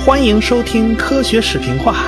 欢迎收听科学视频化。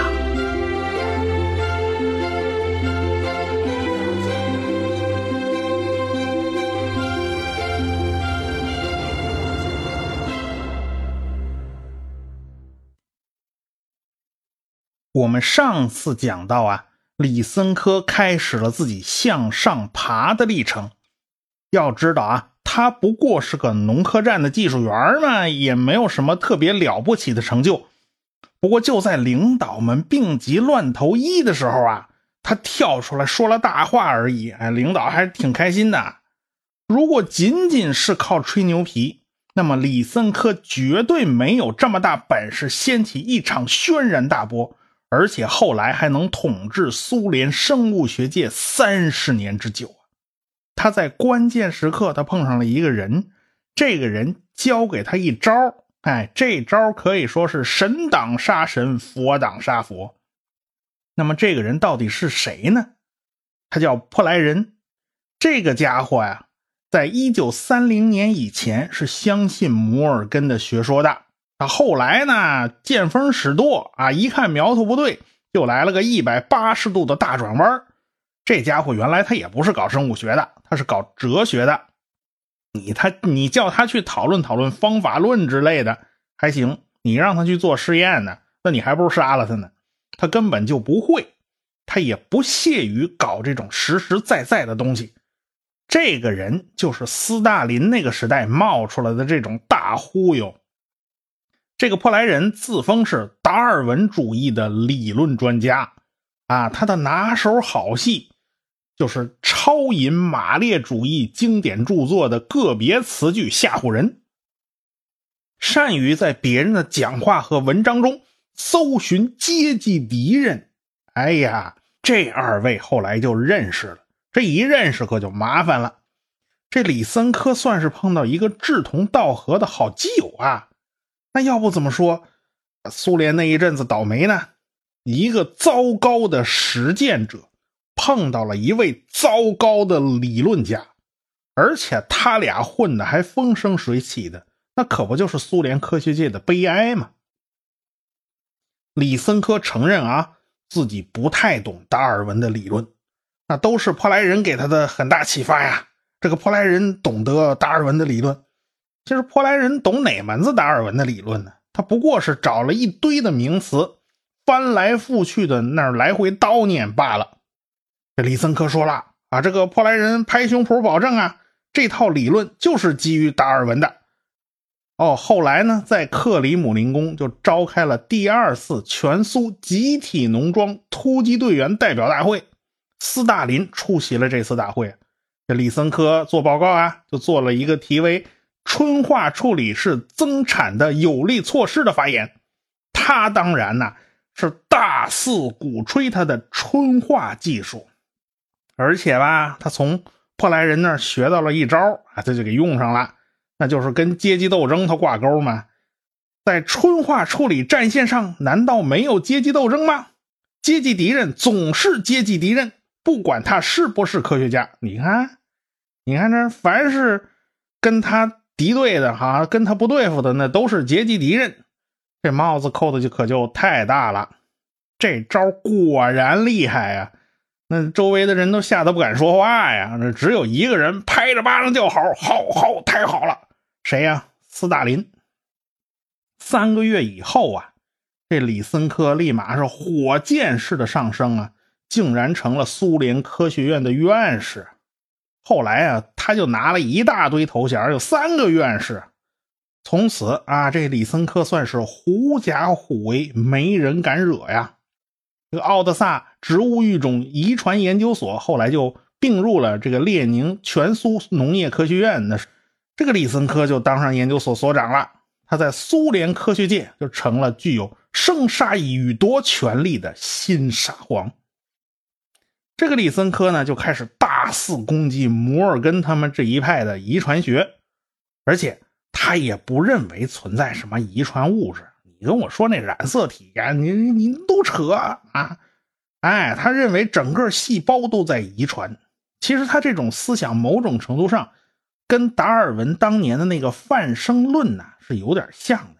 我们上次讲到李森科开始了自己向上爬的历程。要知道他不过是个农科站的技术员嘛，也没有什么特别了不起的成就。不过就在领导们病急乱投医的时候他跳出来说了大话而已，领导还是挺开心的。如果仅仅是靠吹牛皮，那么李森科绝对没有这么大本事掀起一场轩然大波，而且后来还能统治苏联生物学界30年之久。他在关键时刻他碰上了一个人，这个人教给他一招，这招可以说是神挡杀神，佛挡杀佛。那么这个人到底是谁呢？他叫珀莱人。这个家伙在1930年以前是相信摩尔根的学说的。他后来呢见风使舵一看苗头不对，就来了个180度的大转弯。这家伙原来他也不是搞生物学的，他是搞哲学的。你叫他去讨论讨论方法论之类的还行，你让他去做实验呢，那你还不如杀了他呢。他根本就不会，他也不屑于搞这种实实在在的东西。这个人就是斯大林那个时代冒出来的这种大忽悠。这个珀莱人自封是达尔文主义的理论专家他的拿手好戏就是超引马列主义经典著作的个别词句吓唬人，善于在别人的讲话和文章中搜寻阶级敌人。这二位后来就认识了，这一认识可就麻烦了。这李森科算是碰到一个志同道合的好基友那要不怎么说苏联那一阵子倒霉呢？一个糟糕的实践者碰到了一位糟糕的理论家，而且他俩混的还风生水起的，那可不就是苏联科学界的悲哀吗？李森科承认自己不太懂达尔文的理论，那都是珀莱人给他的很大启发呀。这个珀莱人懂得达尔文的理论，其实珀莱人懂哪门子达尔文的理论呢？他不过是找了一堆的名词翻来覆去的那儿来回叨念罢了。这李森科说了这个珀莱人拍胸脯保证这套理论就是基于达尔文的。后来呢，在克里姆林宫就召开了第2次全苏集体农庄突击队员代表大会，斯大林出席了这次大会。这李森科做报告就做了一个题为春化处理是增产的有力措施的发言。他当然是大肆鼓吹他的春化技术，而且他从珀莱人那儿学到了一招这就给用上了，那就是跟阶级斗争他挂钩嘛。在春化处理战线上难道没有阶级斗争吗？阶级敌人总是阶级敌人，不管他是不是科学家。你看这凡是跟他敌对的跟他不对付的那都是阶级敌人。这帽子扣的可就太大了。这招果然厉害那周围的人都吓得不敢说话那只有一个人拍着巴掌叫好，好，太好了。谁斯大林。3个月以后这李森科立马是火箭式的上升竟然成了苏联科学院的院士。后来他就拿了一大堆头衔，有3个院士。从此这李森科算是狐假虎威，没人敢惹呀。这个奥德萨植物育种遗传研究所后来就并入了这个列宁全苏农业科学院，那这个李森科就当上研究所所长了。他在苏联科学界就成了具有生杀予夺权力的新沙皇。这个李森科呢就开始大肆攻击摩尔根他们这一派的遗传学，而且他也不认为存在什么遗传物质。你跟我说那染色体你都扯他认为整个细胞都在遗传。其实他这种思想某种程度上跟达尔文当年的那个泛生论是有点像的。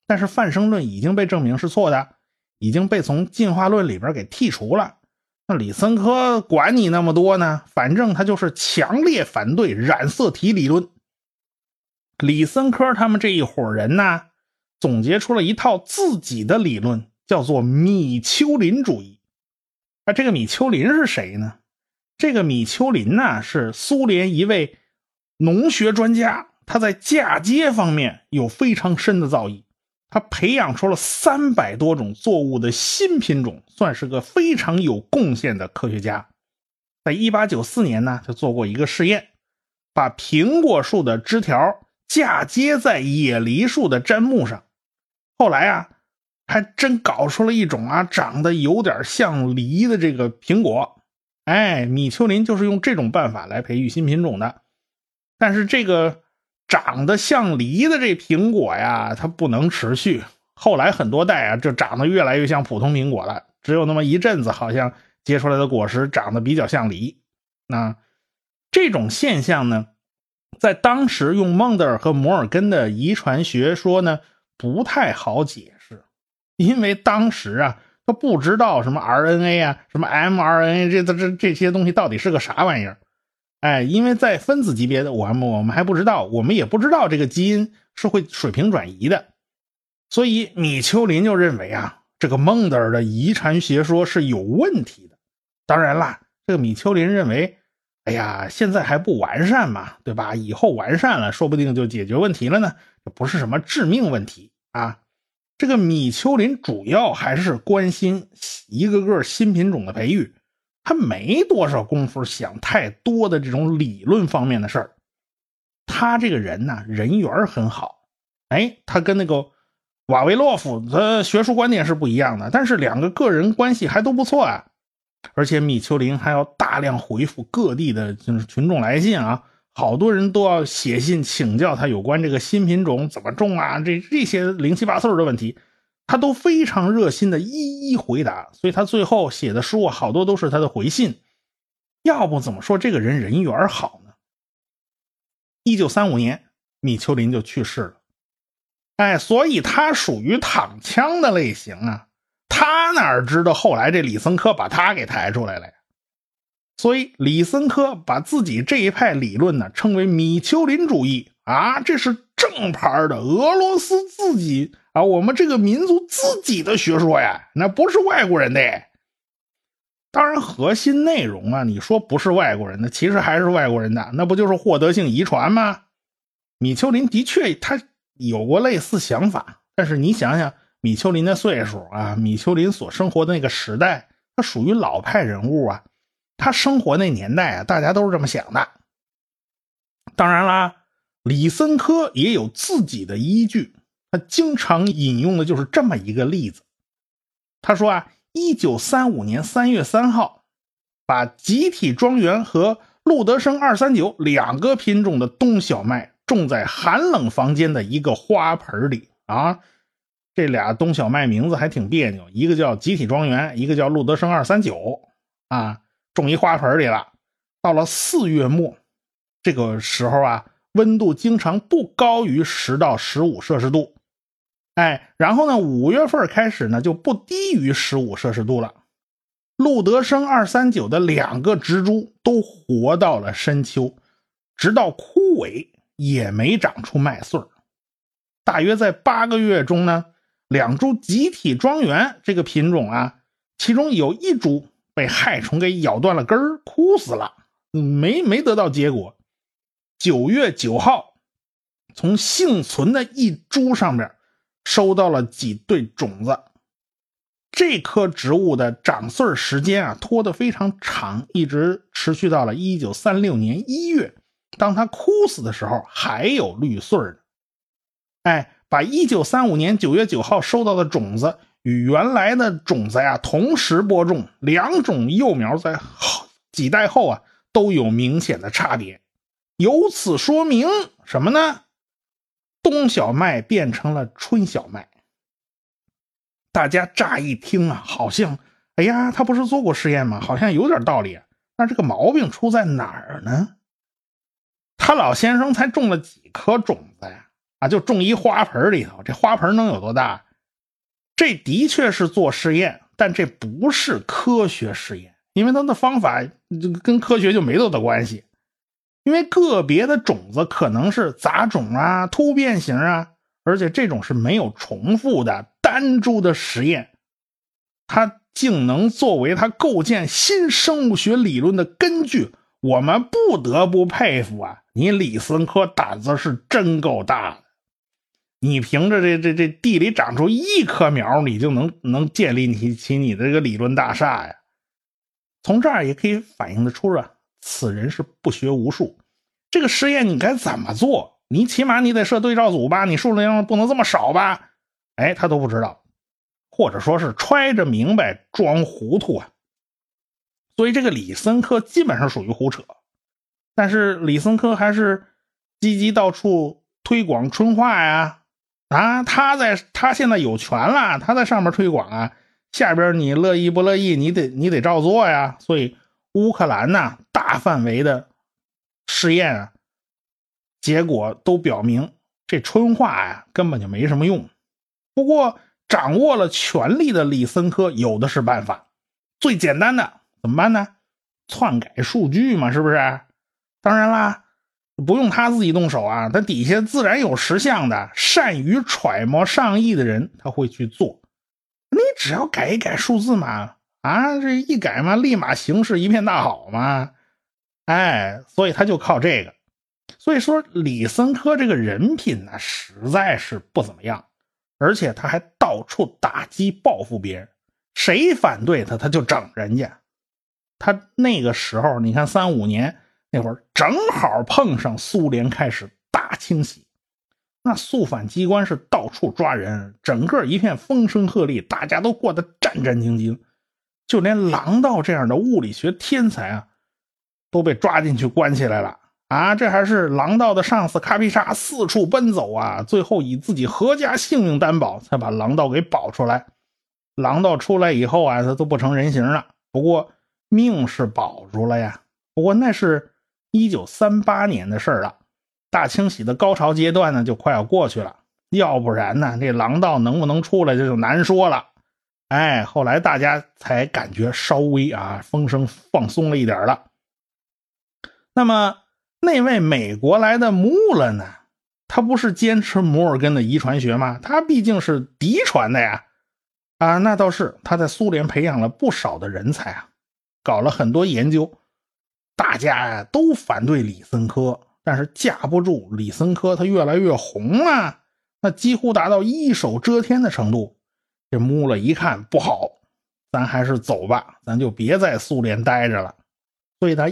但是泛生论已经被证明是错的，已经被从进化论里边给剔除了。那李森科管你那么多呢，反正他就是强烈反对染色体理论。李森科他们这一伙人呢，总结出了一套自己的理论，叫做米丘林主义。这个米丘林是谁呢？这个米丘林呢，是苏联一位农学专家，他在嫁接方面有非常深的造诣，他培养出了300多种作物的新品种，算是个非常有贡献的科学家。在1894年呢，就做过一个试验，把苹果树的枝条嫁接在野梨树的砧木上，后来啊，还真搞出了一种长得有点像梨的这个苹果。米丘林就是用这种办法来培育新品种的。但是这个长得像梨的这苹果呀，它不能持续。后来很多代就长得越来越像普通苹果了，只有那么一阵子好像结出来的果实长得比较像梨。那这种现象呢，在当时用孟德尔和摩尔根的遗传学说呢，不太好解释。因为当时他不知道什么 RNA 什么 mRNA 这些东西到底是个啥玩意儿。因为在分子级别的我们还不知道，我们也不知道这个基因是会水平转移的。所以米丘林就认为这个孟德尔的遗传学说是有问题的。当然啦，这个米丘林认为现在还不完善嘛，对吧？以后完善了说不定就解决问题了呢，这不是什么致命问题这个米丘林主要还是关心一个个新品种的培育，他没多少功夫想太多的这种理论方面的事儿。他这个人呢，人缘很好。他跟那个瓦维洛夫的学术观点是不一样的，但是两个个人关系还都不错而且米丘林还要大量回复各地的群众来信好多人都要写信请教他有关这个新品种怎么种这些零七八碎的问题，他都非常热心的一一回答。所以他最后写的书好多都是他的回信。要不怎么说这个人人缘好呢？1935年米丘林就去世了。所以他属于躺枪的类型他哪知道后来这李森科把他给抬出来了呀？所以李森科把自己这一派理论呢称为米丘林主义这是正牌的俄罗斯自己我们这个民族自己的学说呀，那不是外国人的。当然核心内容你说不是外国人的，其实还是外国人的，那不就是获得性遗传吗？米丘林的确他有过类似想法，但是你想想米丘林的岁数米丘林所生活的那个时代，他属于老派人物他生活那年代大家都是这么想的。当然啦，李森科也有自己的依据，他经常引用的就是这么一个例子。他说1935年3月3号，把集体庄园和路德生239两个品种的冬小麦种在寒冷房间的一个花盆里这俩冬小麦名字还挺别扭，一个叫集体庄园，一个叫路德生239种一花盆里了。到了4月末，这个时候温度经常不高于10到15摄氏度。然后呢5月份开始呢就不低于15摄氏度了。路德生239的两个植株都活到了深秋，直到枯萎也没长出麦穗。大约在8个月中呢，两株集体庄园这个品种其中有一株被害虫给咬断了根儿，枯死了，没得到结果。9月9号，从幸存的一株上面收到了几对种子。这棵植物的长穗时间拖得非常长，一直持续到了1936年1月，当它枯死的时候还有绿穗呢。把1935年9月9号收到的种子与原来的种子同时播种，两种幼苗在几代后都有明显的差别。由此说明什么呢？冬小麦变成了春小麦。大家乍一听好像他不是做过实验吗？好像有点道理那这个毛病出在哪儿呢？他老先生才种了几颗种子啊，就种一花盆里头，这花盆能有多大？这的确是做实验，但这不是科学实验，因为它的方法跟科学就没多大关系。因为个别的种子可能是杂种啊、突变型啊，而且这种是没有重复的单株的实验，它竟能作为它构建新生物学理论的根据，我们不得不佩服啊！你李森科胆子是真够大的，你凭着这地里长出一棵苗，你就能建立起你的这个理论大厦呀！从这儿也可以反映得出啊，此人是不学无术。这个实验你该怎么做？你起码你得设对照组吧，你数量不能这么少吧？哎，他都不知道，或者说是揣着明白装糊涂啊。所以这个李森科基本上属于胡扯，但是李森科还是积极到处推广春话呀。啊，他现在有权了，他在上面推广啊，下边你乐意不乐意，你得照做呀。所以乌克兰呢，大范围的试验啊，结果都表明这春话呀根本就没什么用。不过掌握了权力的李森科有的是办法，最简单的怎么办呢？篡改数据嘛，是不是？当然啦，不用他自己动手啊，他底下自然有识相的善于揣摩上意的人，他会去做。你只要改一改数字嘛，啊，这一改嘛，立马形势一片大好嘛。哎，所以他就靠这个。所以说李森科这个人品呢，实在是不怎么样，而且他还到处打击报复别人，谁反对他他就整人家。他那个时候你看35年那会儿正好碰上苏联开始大清洗，那肃反机关是到处抓人，整个一片风声鹤唳，大家都过得战战兢兢，就连郎道这样的物理学天才啊都被抓进去关起来了啊！这还是郎道的上司卡皮沙四处奔走啊，最后以自己阖家性命担保才把郎道给保出来。郎道出来以后啊，他都不成人形了，不过命是保住了呀。不过那是1938年的事了，大清洗的高潮阶段呢就快要过去了，要不然呢这郎道能不能出来这就难说了。哎，后来大家才感觉稍微啊风声放松了一点了。那么那位美国来的穆勒呢，他不是坚持摩尔根的遗传学吗？他毕竟是嫡传的呀。啊，那倒是，他在苏联培养了不少的人才啊，搞了很多研究。大家呀都反对李森科，但是架不住李森科他越来越红啊，那几乎达到一手遮天的程度。这穆勒一看不好，咱还是走吧，咱就别在苏联待着了。所以他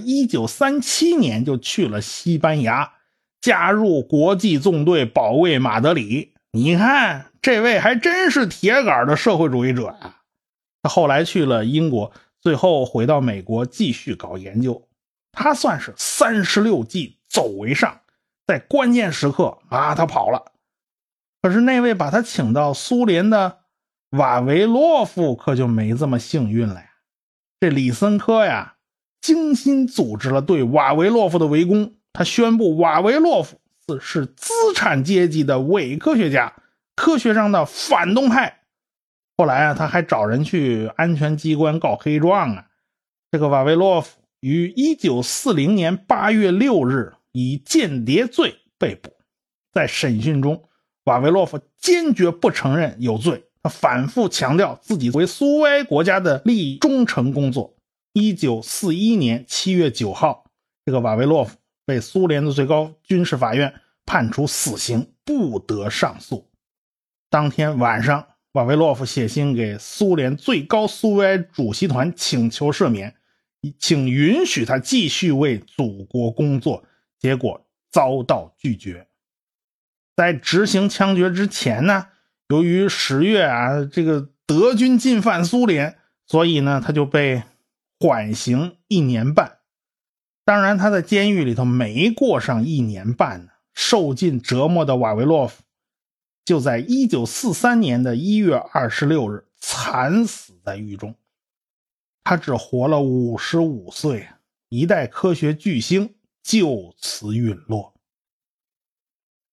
1937年就去了西班牙，加入国际纵队保卫马德里。你看这位还真是铁杆的社会主义者啊。他后来去了英国，最后回到美国继续搞研究。他算是36计走为上，在关键时刻啊他跑了。可是那位把他请到苏联的瓦维洛夫可就没这么幸运了呀。这李森科呀精心组织了对瓦维洛夫的围攻，他宣布瓦维洛夫是资产阶级的伪科学家，科学上的反动派。后来啊，他还找人去安全机关告黑状啊。这个瓦维洛夫于1940年8月6日以间谍罪被捕。在审讯中，瓦维洛夫坚决不承认有罪，他反复强调自己为苏维埃国家的利益忠诚工作。1941年7月9号，这个瓦维洛夫被苏联的最高军事法院判处死刑，不得上诉。当天晚上，瓦维洛夫写信给苏联最高苏维埃主席团请求赦免，请允许他继续为祖国工作，结果遭到拒绝。在执行枪决之前呢，由于10月啊这个德军进犯苏联，所以呢他就被缓刑1年半。当然他在监狱里头没过上1年半呢，受尽折磨的瓦维洛夫就在1943年的1月26日惨死在狱中。他只活了55岁，一代科学巨星就此陨落。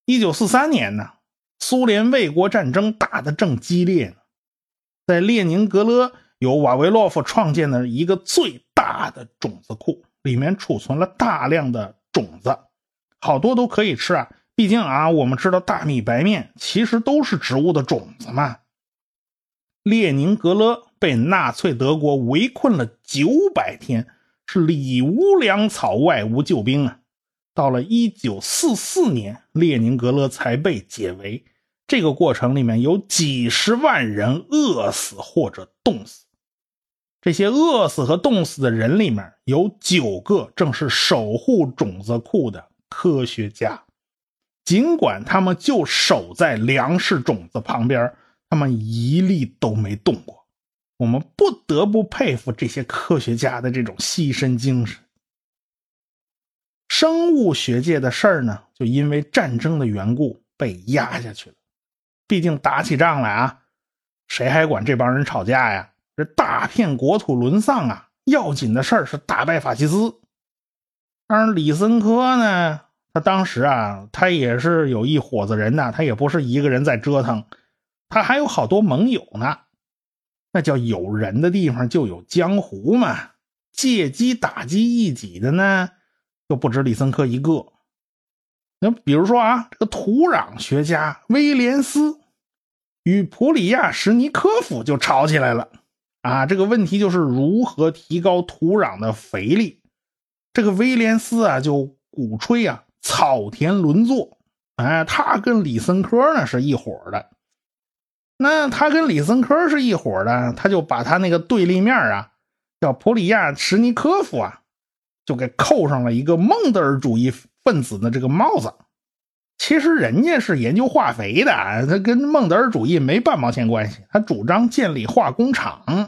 1943年呢，苏联卫国战争打得正激烈呢，在列宁格勒有瓦维洛夫创建的一个最大的种子库，里面储存了大量的种子，好多都可以吃啊。毕竟啊，我们知道大米白面其实都是植物的种子嘛。列宁格勒被纳粹德国围困了900天，是里无粮草外无救兵啊。到了1944年，列宁格勒才被解围。这个过程里面有几十万人饿死或者冻死。这些饿死和冻死的人里面有9个正是守护种子库的科学家。尽管他们就守在粮食种子旁边，他们一粒都没动过。我们不得不佩服这些科学家的这种牺牲精神。生物学界的事儿呢，就因为战争的缘故被压下去了。毕竟打起仗来啊，谁还管这帮人吵架呀？这大片国土沦丧啊，要紧的事儿是打败法西斯。当然李森科呢，他当时啊，他也是有一伙子人呢，他也不是一个人在折腾，他还有好多盟友呢。那叫有人的地方就有江湖嘛，借机打击异己的呢，就不止李森科一个。那比如说啊，这个土壤学家威廉斯与普里亚什尼科夫就吵起来了啊。这个问题就是如何提高土壤的肥力。这个威廉斯啊，就鼓吹啊草田轮作，他跟李森科呢是一伙的。那他跟李森科是一伙的，他就把他那个对立面啊，叫普里亚什尼科夫啊，就给扣上了一个孟德尔主义分子的这个帽子。其实人家是研究化肥的，他跟孟德尔主义没半毛钱关系，他主张建立化工厂。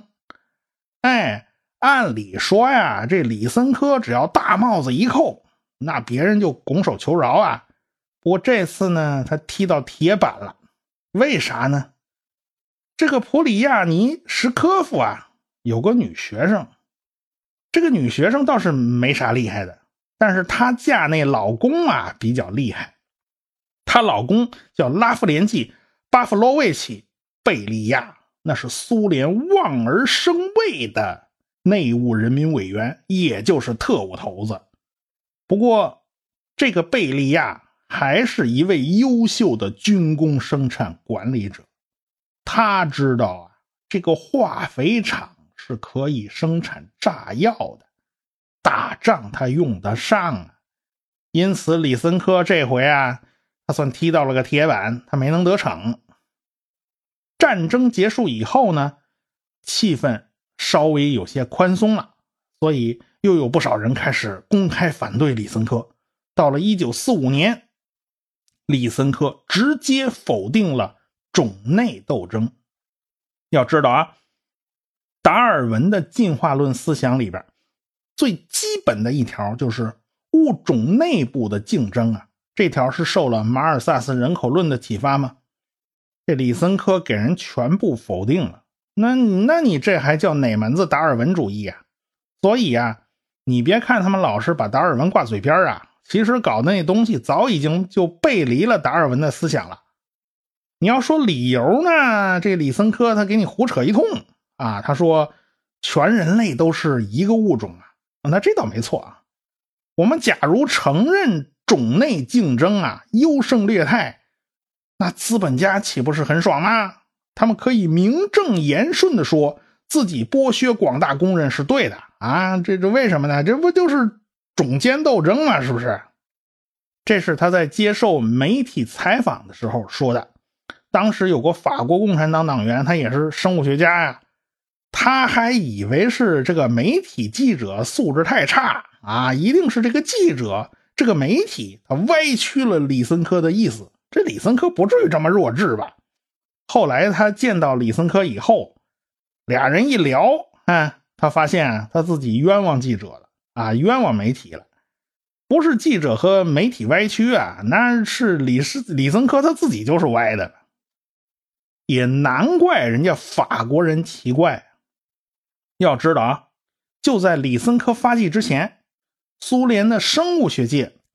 按理说呀，这李森科只要大帽子一扣，那别人就拱手求饶啊。不过这次呢，他踢到铁板了。为啥呢？这个普里亚尼什科夫啊，有个女学生。这个女学生倒是没啥厉害的，但是她嫁那老公啊比较厉害。她老公叫拉夫连季·巴夫洛维奇·贝利亚，那是苏联望而生畏的内务人民委员，也就是特务头子。不过这个贝利亚还是一位优秀的军工生产管理者。他知道啊，这个化肥厂是可以生产炸药的，打仗他用得上啊。因此李森科这回啊，他算踢到了个铁板，他没能得逞。战争结束以后呢，气氛稍微有些宽松了，所以又有不少人开始公开反对李森科。到了1945年，李森科直接否定了种内斗争。要知道啊，达尔文的进化论思想里边，最基本的一条就是物种内部的竞争啊。这条是受了马尔萨斯人口论的启发吗？这李森科给人全部否定了。那你这还叫哪门子达尔文主义啊？所以啊，你别看他们老是把达尔文挂嘴边啊，其实搞的那东西早已经就背离了达尔文的思想了。你要说理由呢，这李森科他给你胡扯一通啊。他说全人类都是一个物种啊，那这倒没错啊。我们假如承认种内竞争啊，优胜劣汰，那资本家岂不是很爽吗？他们可以名正言顺的说自己剥削广大工人是对的啊。这为什么呢？这不就是种间斗争吗？是不是？这是他在接受媒体采访的时候说的。当时有个法国共产党党员，他也是生物学家呀，他还以为是这个媒体记者素质太差啊，一定是这个记者这个媒体他歪曲了李森科的意思。这李森科不至于这么弱智吧？后来他见到李森科以后，俩人一聊他发现他自己冤枉记者了啊，冤枉媒体了。不是记者和媒体歪曲啊，那是李森科他自己就是歪的了。也难怪人家法国人奇怪。要知道啊，就在李森科发迹之前，苏联的生物学界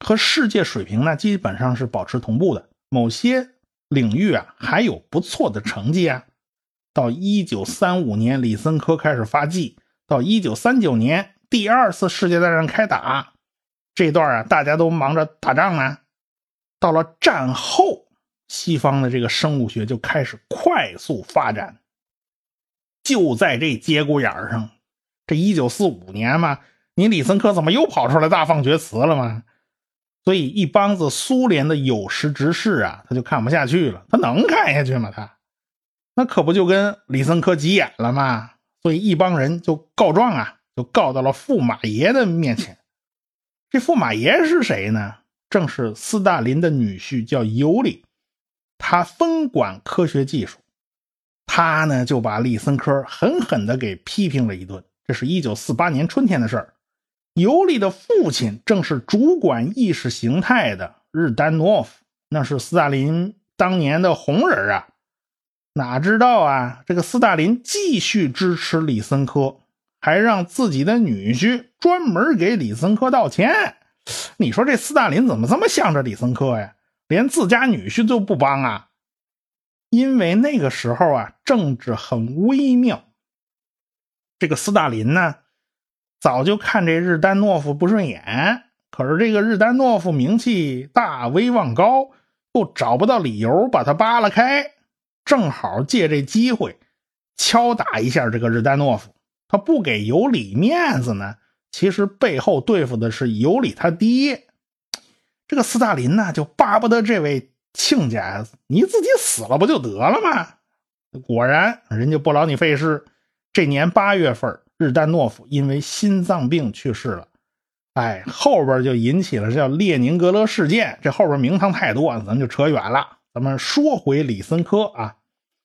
和世界水平呢基本上是保持同步的，某些领域啊还有不错的成绩啊。到1935年李森科开始发迹，到1939年第二次世界大战开打，这段啊大家都忙着打仗啊。到了战后，西方的这个生物学就开始快速发展。就在这节骨眼上，这1945年嘛，你李森科怎么又跑出来大放厥词了嘛？所以一帮子苏联的有识之士啊，他就看不下去了。他能看下去吗？那可不就跟李森科急眼了吗？所以一帮人就告状啊，就告到了驸马爷的面前。这驸马爷是谁呢？正是斯大林的女婿，叫尤里，他分管科学技术。他呢就把李森科狠狠地给批评了一顿。这是1948年春天的事儿。尤里的父亲正是主管意识形态的日丹诺夫，那是斯大林当年的红人啊。哪知道啊，这个斯大林继续支持李森科，还让自己的女婿专门给李森科道歉。你说这斯大林怎么这么向着李森科呀？连自家女婿都不帮啊？因为那个时候啊，政治很微妙。这个斯大林呢，早就看这日丹诺夫不顺眼，可是这个日丹诺夫名气大，威望高，又找不到理由把他扒拉开，正好借这机会敲打一下这个日丹诺夫。他不给尤里面子呢，其实背后对付的是尤里他爹。这个斯大林呢，就巴不得这位亲家你自己死了不就得了吗？果然人家不劳你费事，这年8月份日丹诺夫因为心脏病去世了。后边就引起了叫列宁格勒事件，这后边名堂太多，咱们就扯远了。咱们说回李森科啊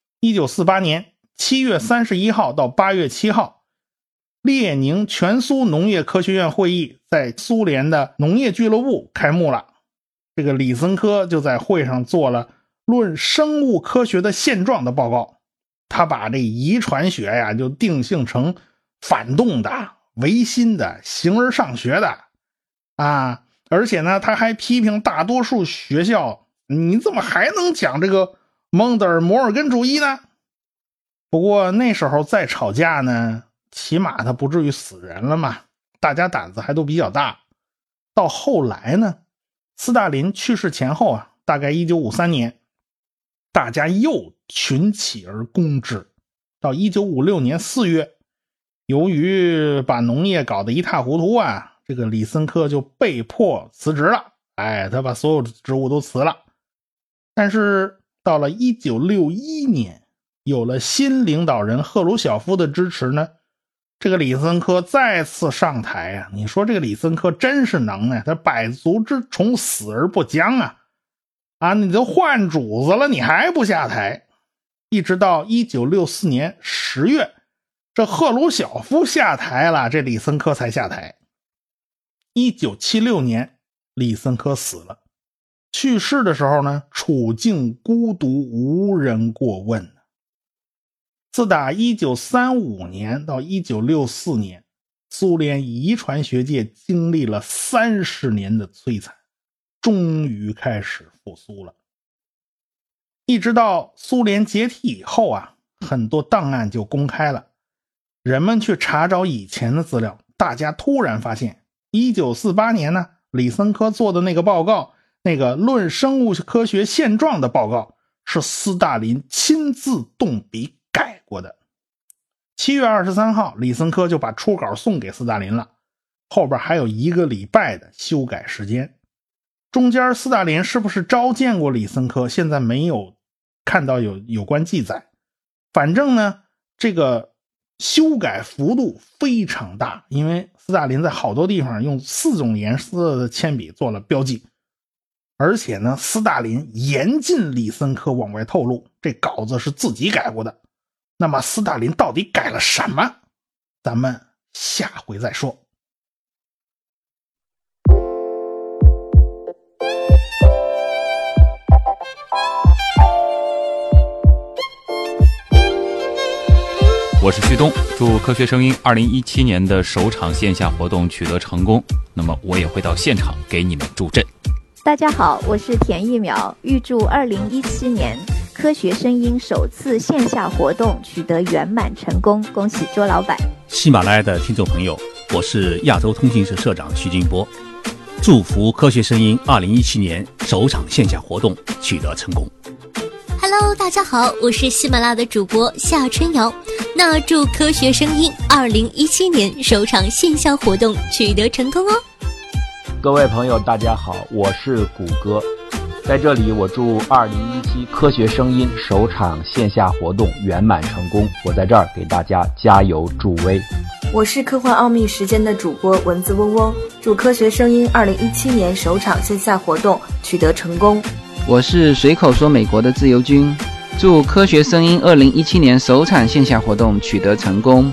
，1948年7月31号到8月7号，列宁全苏农业科学院会议在苏联的农业俱乐部开幕了。这个李森科就在会上做了论生物科学的现状的报告。他把这遗传学呀就定性成反动的、唯心的、形而上学的啊，而且呢他还批评大多数学校，你怎么还能讲这个蒙德尔摩尔根主义呢？不过那时候再吵架呢，起码他不至于死人了嘛，大家胆子还都比较大。到后来呢，斯大林去世前后啊，大概1953年，大家又群起而攻之。到1956年4月，由于把农业搞得一塌糊涂啊，这个李森科就被迫辞职了。他把所有职务都辞了。但是到了1961年，有了新领导人赫鲁晓夫的支持呢，这个李森科再次上台啊！你说这个李森科真是能耐，他百足之虫，死而不僵啊！你都换主子了，你还不下台？一直到1964年10月，这赫鲁晓夫下台了，这李森科才下台。1976年，李森科死了。去世的时候呢，处境孤独，无人过问。自打1935年到1964年，苏联遗传学界经历了30年的摧残，终于开始复苏了。一直到苏联解体以后啊，很多档案就公开了。人们去查找以前的资料，大家突然发现1948年呢，李森科做的那个报告，那个论生物科学现状的报告，是斯大林亲自动笔改过的。7月23号，李森科就把初稿送给斯大林了，后边还有1个礼拜的修改时间。中间斯大林是不是召见过李森科，现在没有看到有关记载。反正呢，这个修改幅度非常大，因为斯大林在好多地方用4种颜色的铅笔做了标记。而且呢，斯大林严禁李森科往外透露，这稿子是自己改过的。那么斯大林到底改了什么？咱们下回再说。 我是旭东，祝科学声音2017年的首场线下活动取得成功， 那么我也会到现场给你们助阵。 大家好，我是田一苗，预祝2017年科学声音首次线下活动取得圆满成功，恭喜周老板。 喜马拉雅的听众朋友，我是亚洲通信社社长徐金波，祝福科学声音2017年首场线下活动取得成功。 Hello， 大家好，我是喜马拉雅的主播夏春瑶。那祝科学声音2017年首场线下活动取得成功哦。 各位朋友大家好，我是谷歌，在这里我祝2017科学声音首场线下活动圆满成功，我在这儿给大家加油助威。 我是科幻奥秘时间的主播蚊子嗡嗡，祝科学声音2017年首场线下活动取得成功。 我是随口说美国的自由军，祝科学声音2017年首场线下活动取得成功。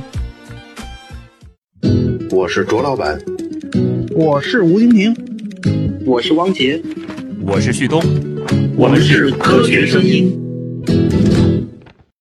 我是卓老板， 我是吴金平， 我是汪杰， 我是旭东， 我们是科学声音。